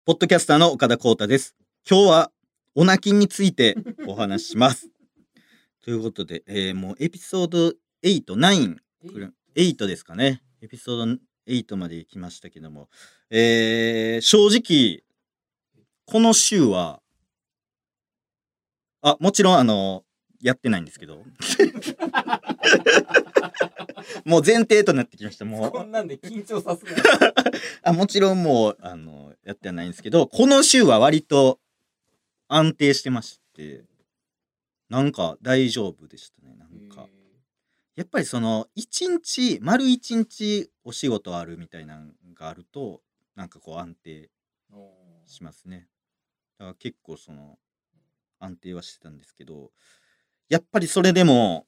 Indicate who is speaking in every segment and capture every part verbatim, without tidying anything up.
Speaker 1: ポッドキャスターの岡田光太です。今日はオナキンについてお話しします。ということで、えー、もうエピソードはち、きゅう、はちですかね。エピソードはちまで行きましたけども、えー、正直この週はあもちろんあのやってないんですけどもう前提となってきました。もう
Speaker 2: こんなんで緊張させない
Speaker 1: あもちろんもうあのやってはないんですけど、この週は割と安定してまして、なんか大丈夫でしたね。なんかやっぱりその一日丸一日お仕事あるみたいなのがあるとなんかこう安定しますね。だから結構その安定はしてたんですけど、やっぱりそれでも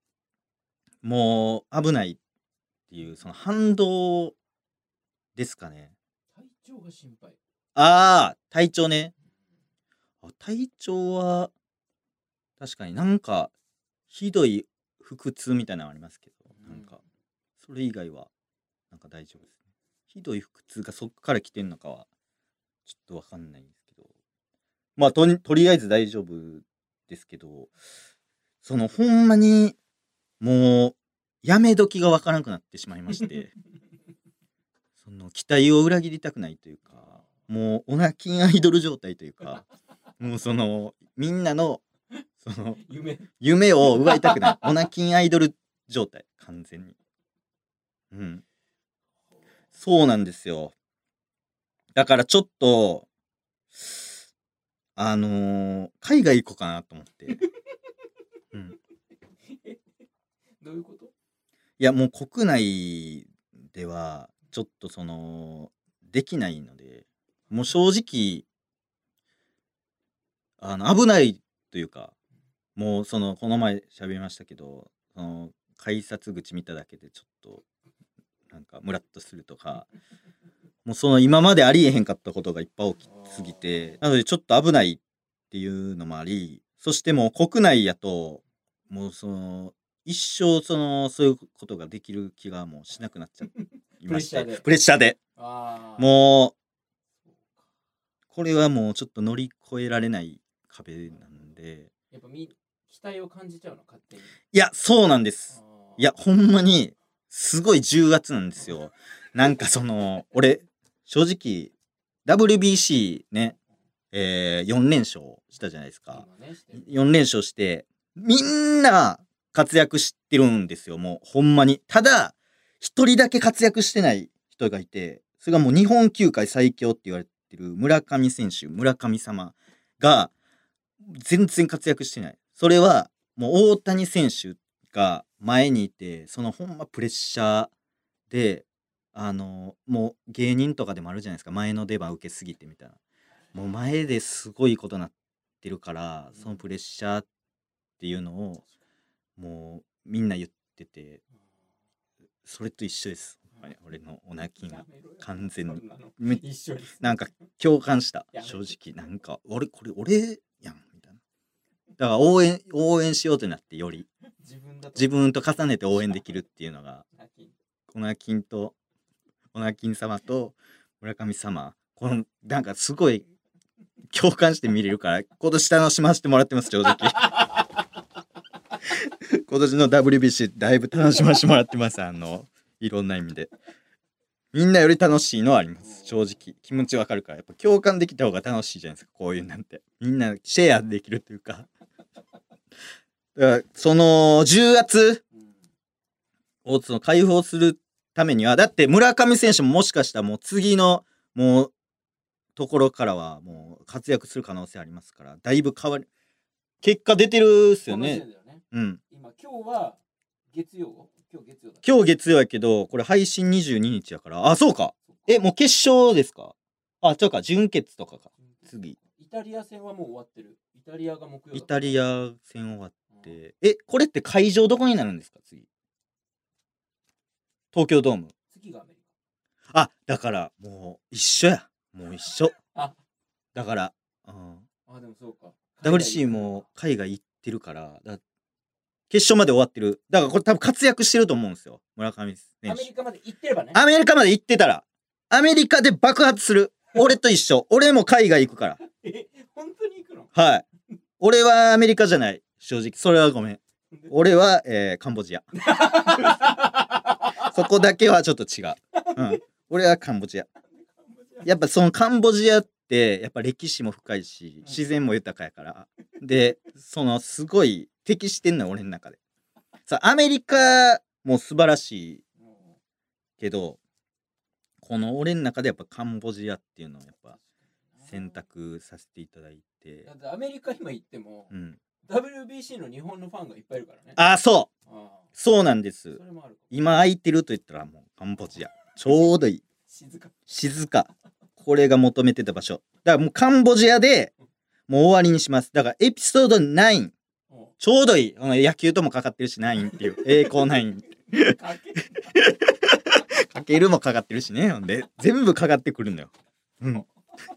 Speaker 1: もう危ないっていうその反動ですかね。
Speaker 2: 体調が心配。
Speaker 1: ああ体調ね。あ体調は確かになんかひどい腹痛みたいなのありますけど、なんかそれ以外はなんか大丈夫ですね。ひどい腹痛がそっから来てんのかはちょっとわかんないんですけど、まあとにとりあえず大丈夫ですけど、そのほんまにもうやめ時がわからなくなってしまいましてその期待を裏切りたくないというか、もうオナキンアイドル状態というか、もうそのみんなのその
Speaker 2: 夢
Speaker 1: 夢を奪いたくないオナキンアイドル状態完全に。うんそうなんですよ。だからちょっとあのー、海外行こうかなと思ってうん、
Speaker 2: どういうこと？
Speaker 1: いやもう国内ではちょっとそのできないので、もう正直あの危ないというか、もうそのこの前喋りましたけど、その改札口見ただけでちょっとなんかムラッとするとか、もうその今までありえへんかったことがいっぱい起きすぎて、なのでちょっと危ないっていうのもあり、そしてもう国内やともうその一生そのそういうことができる気がもうしなくなっちゃいましてプレッシャーで
Speaker 2: あ
Speaker 1: もうこれはもうちょっと乗り越えられない壁なんで、
Speaker 2: やっぱみ期待を感じちゃうの勝手に。
Speaker 1: いやそうなんです。いやほんまにすごいじゅうがつなんですよ。なんかその俺正直 ダブリュービーシー ね、えー、よん連勝したじゃないですか。よん連勝してみんな活躍してるんですよ。もうほんまに。ただ一人だけ活躍してない人がいて、それがもう日本球界最強って言われてる村上選手、村上様が全然活躍してない。それはもう大谷選手が前にいて、そのほんまプレッシャーで、あのもう芸人とかでもあるじゃないですか、前の出番受けすぎてみたいな。もう前ですごいことなってるから、そのプレッシャーっていうのをもうみんな言ってて、それと一緒です。俺のオナキンが完全に
Speaker 2: 一緒です。
Speaker 1: なんか共感した。正直なんか俺これ俺やんみたいな。だから応援応援しようとなって、より
Speaker 2: 自分だと
Speaker 1: 自分と重ねて応援できるっていうのがオナキンとオナキン様と村上様、このなんかすごい共感して見れるから今年楽しませてもらってます。正直今年の ダブリュービーシー だいぶ楽しませてもらってます。あのいろんな意味でみんなより楽しいのはあります。正直気持ちわかるから、やっぱ共感できた方が楽しいじゃないですか。こういうなんてみんなシェアできるというかだからそのじゅうがつをその解放するためには、だって村上選手ももしかしたらもう次のもうところからはもう活躍する可能性ありますから、だいぶ変わり結果出てるっすよね。うん。
Speaker 2: 今今日は月曜？今日月曜だ。
Speaker 1: 今日月曜やけど、これ配信にじゅうににちやから、あ、そうか。え、もう決勝ですか？あ、違うか、準決とかか。次。
Speaker 2: イタリア戦はもう終わってる。イタリアが木曜。
Speaker 1: イタリア戦終わって、え、これって会場どこになるんですか？次。東京ドーム。
Speaker 2: 次がアメリ
Speaker 1: カ。あ、だからもう一緒や。もう一緒。
Speaker 2: あ、
Speaker 1: だから、うん、
Speaker 2: あでもそうか。
Speaker 1: ダブリューシー も海外行ってるから、だ決勝まで終わってる。だからこれ多分活躍してると思うんですよ、村上選手。
Speaker 2: アメリカまで行ってればね。
Speaker 1: アメリカまで行ってたら、アメリカで爆発する。 俺と一緒。俺も海外行くから。
Speaker 2: え、本当に行くの？
Speaker 1: はい。俺はアメリカじゃない。正直。それはごめん。俺は、えー、カンボジア。そこだけはちょっと違う。うん。俺はカンボジア。やっぱそのカンボジアってやっぱ歴史も深いし自然も豊かやからでそのすごい適してんのよ俺の中で。さアメリカも素晴らしいけどこの俺の中でやっぱカンボジアっていうのをやっぱ選択させていただいて。
Speaker 2: だってアメリカ今行っても、
Speaker 1: うん、
Speaker 2: ダブリュービーシー の日本のファンがいっぱいいるからね。
Speaker 1: あそう
Speaker 2: あ
Speaker 1: そうなんです。
Speaker 2: それもあるかも。
Speaker 1: 今空いてると言ったらもうカンボジアちょうどいい。
Speaker 2: 静か
Speaker 1: 静か。これが求めてた場所だからもうカンボジアでもう終わりにします。だからエピソードナインちょうどいい。野球ともかかってるしナインっていう栄光ナインかけるもかかってるしね。ほんで全部かかってくるのよ。うんだ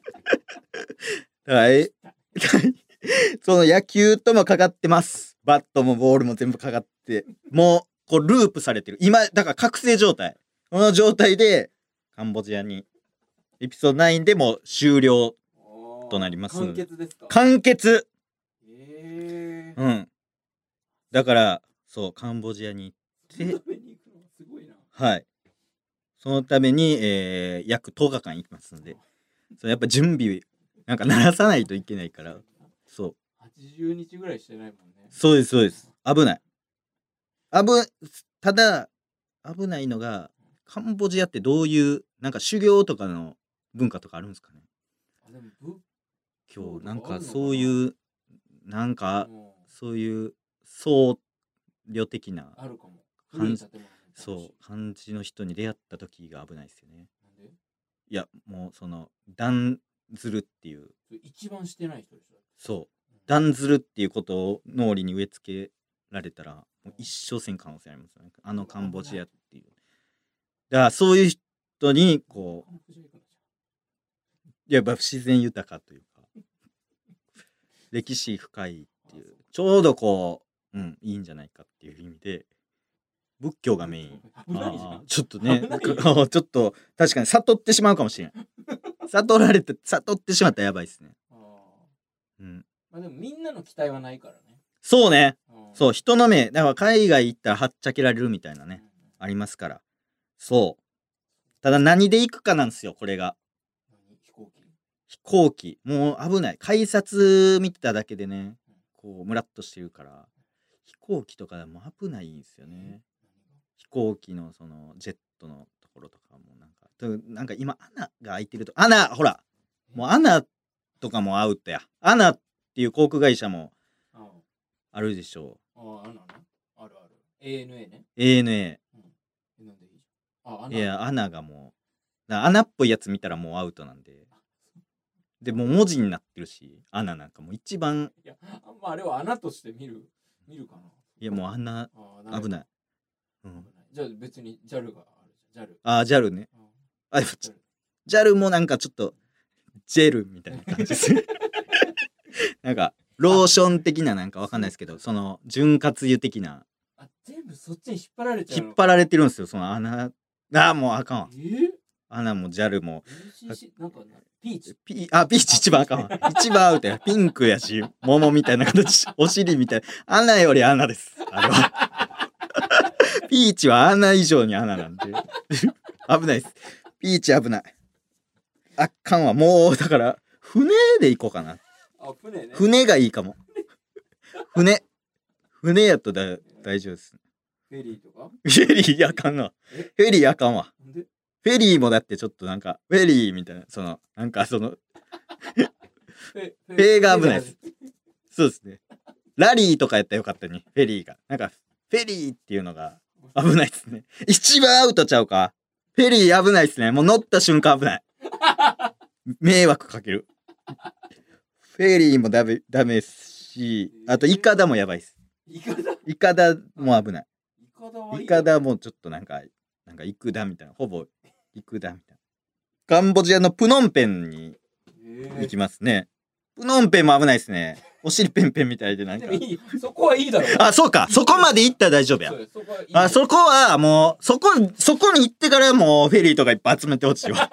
Speaker 1: からえその野球ともかかってます。バットもボールも全部かかってもうこうループされてる今だから覚醒状態。この状態でカンボジアにエピソードナインでも終了となります。
Speaker 2: 完結ですか？
Speaker 1: 完結。
Speaker 2: えー、
Speaker 1: うん。だからそうカンボジアに行って、
Speaker 2: すごいな。
Speaker 1: はい。そのために、えー、約とおかかん行きますので、そうやっぱ準備なんか鳴らさないといけないから、そう。
Speaker 2: はちじゅうにちぐらいしてないもんね。
Speaker 1: そうですそうです。危ない。危ただ危ないのがカンボジアってどういうなんか修行とかの文化とかあるんですかね。
Speaker 2: あでも仏
Speaker 1: 今日なんかそういうなんか
Speaker 2: うん
Speaker 1: そういう僧侶的な
Speaker 2: あるかも。
Speaker 1: 感じ
Speaker 2: 古い建物
Speaker 1: そう感じの人に出会った時が危ないですよね。
Speaker 2: なんで？
Speaker 1: いやもうその断ずるっていう
Speaker 2: それ一番してない人でしょ。
Speaker 1: そう断ずるっていうことを脳裏に植え付けられたらもう一生せん可能性ありますよね。あのカンボジアっていう。だからそういう人にこうやっぱ自然豊かというか歴史深いっていうちょうどこう、うん、いいんじゃないかっていう意味で仏教がメイン。
Speaker 2: 危ないじゃん。
Speaker 1: あちょっとね
Speaker 2: 危ない
Speaker 1: ちょっと確かに悟ってしまうかもしれない悟られて悟ってしまったらやばいですね。
Speaker 2: あ
Speaker 1: うん、
Speaker 2: まあでもみんなの期待はないからね。
Speaker 1: そうね。
Speaker 2: うん
Speaker 1: そう人の目だから海外行ったらはっちゃけられるみたいなね、
Speaker 2: うん
Speaker 1: ありますから。そうただ何で行くかなんですよこれが。
Speaker 2: 何飛行機？
Speaker 1: 飛行機もう危ない。改札見てただけでねこうムラっとしてるから飛行機とかでも危ないんですよね。飛行機のそのジェットのところとかもなんかとなんか今穴が開いてると穴ほらもう穴とかもアウトや。穴っていう航空会社も
Speaker 2: あ
Speaker 1: あるでしょ
Speaker 2: あ、ああ、穴ね。あるある。エーエヌエー ね。
Speaker 1: う。エーエヌエ
Speaker 2: うん。なんでいいじゃん。あ、
Speaker 1: ー。
Speaker 2: 穴。
Speaker 1: いや穴がもうだから穴っぽいやつ見たらもうアウトなんで。でもう文字になってるし穴なんかもう一番
Speaker 2: いや、あんまあれは穴として見る、見るかな。
Speaker 1: いやもう穴
Speaker 2: ああ
Speaker 1: 危ない。
Speaker 2: い。
Speaker 1: うん
Speaker 2: じゃあ別に ジャル があるじゃん。ジャル。
Speaker 1: あージャルね。
Speaker 2: うん
Speaker 1: あでもジャルもなんかちょっとジェルみたいな感じですねなんかローション的ななんかわかんないですけどその潤滑油的な
Speaker 2: あ、全部そっちに引っ張られちゃうの。
Speaker 1: 引っ張られてるんですよその穴。あーもうあかんわ。
Speaker 2: えー、
Speaker 1: 穴もジャルも
Speaker 2: エーシーシー なんかなピーチ。
Speaker 1: ピあピーチ一番あかんわ。一番アウトや。ピンクやし桃みたいな形お尻みたいな穴より穴ですあれはピーチは穴以上に穴なんで危ないです。ピーチ危ない。あかんわもうだから船で行こうかな。
Speaker 2: あ、船ね。
Speaker 1: 船がいいかも。船船やとだ大丈夫です。
Speaker 2: フェリーとか？
Speaker 1: フェリーあかんわ。
Speaker 2: え
Speaker 1: フェリーあかんわ。
Speaker 2: なんで？
Speaker 1: フェリーもだってちょっとなんかフェリーみたいなそのなんかその
Speaker 2: フェ
Speaker 1: フェが危ないです。そうですね。ラリーとかやったらよかったにフェリーがなんかフェリーっていうのが危ないですね。一番アウトちゃうか。フェリー危ないですね。もう乗った瞬間危ない。迷惑かける。フェリーもダメダメですし、あとイカダもやばいです。
Speaker 2: イカダ？
Speaker 1: イカダも危ない。
Speaker 2: イカダはいい。
Speaker 1: イカダもちょっとなんかなんかイクダみたいなほぼイクダみたいな。カンボジアのプノンペンに行きますね。プノンペンも危ないですね。お尻ペンペンみたいでなんか。
Speaker 2: でもいい。そこはいいだろ。
Speaker 1: あ、そうか。そこまで行ったら大丈夫や。
Speaker 2: そうよそこはいい。
Speaker 1: あ、そこはもう、そこ、そこに行ってからもうフェリーとかいっぱい集めてほしいわ。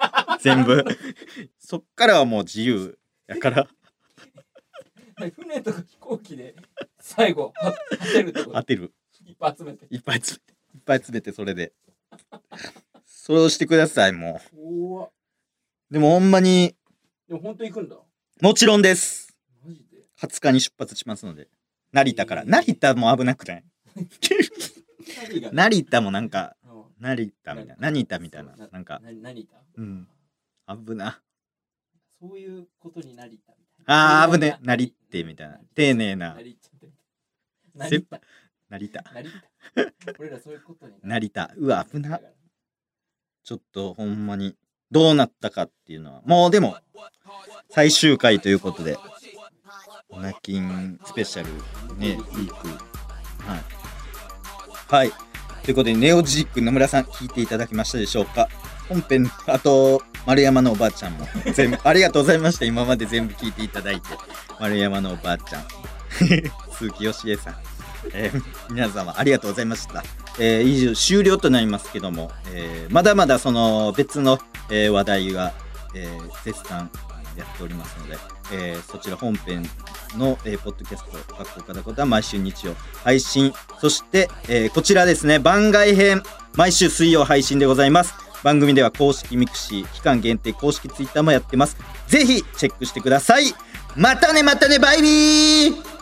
Speaker 1: 全部そっからはもう自由やから
Speaker 2: 船とか飛行機で最後は当てるってこと
Speaker 1: 当てる
Speaker 2: いっぱい集めて
Speaker 1: いっぱい詰めていっぱい詰めてそれでそれをしてください。も
Speaker 2: 怖っ。
Speaker 1: うでもほんまに
Speaker 2: でも本当行くんだ。
Speaker 1: もちろんです。
Speaker 2: マジで
Speaker 1: はつかに出発しますので成田から、
Speaker 2: えー
Speaker 1: 成田も危なくない
Speaker 2: 何が
Speaker 1: 成田もなんか
Speaker 2: うん
Speaker 1: 成田みたいな何田みたいな
Speaker 2: そう
Speaker 1: なんか
Speaker 2: な何だ
Speaker 1: うん危な
Speaker 2: そういうことになりたみたい
Speaker 1: あー危
Speaker 2: な。
Speaker 1: ねなりってみたいな丁寧な
Speaker 2: なりちゃってなりた
Speaker 1: 成田
Speaker 2: なりた俺らそういうことに
Speaker 1: 成田うわ危なちょっとほんまにどうなったかっていうのはもうでも最終回ということでオナキンスペシャルねウィークはいはいということでネオジーク野村さん聞いていただきましたでしょうか。本編あと丸山のおばあちゃんも全部ありがとうございました。今まで全部聞いていただいて丸山のおばあちゃん鈴木よしえさん、えー、皆様ありがとうございました。えー、以上終了となりますけども、えー、まだまだその別の、えー、話題が、えー、絶賛やっておりますので、えー、そちら本編の、えー、ポッドキャスト学校からことは毎週日曜配信、そして、えー、こちらですね番外編毎週水曜配信でございます。番組では公式ミクシー期間限定公式ツイッターもやってます。ぜひチェックしてください。またねまたねバイビー。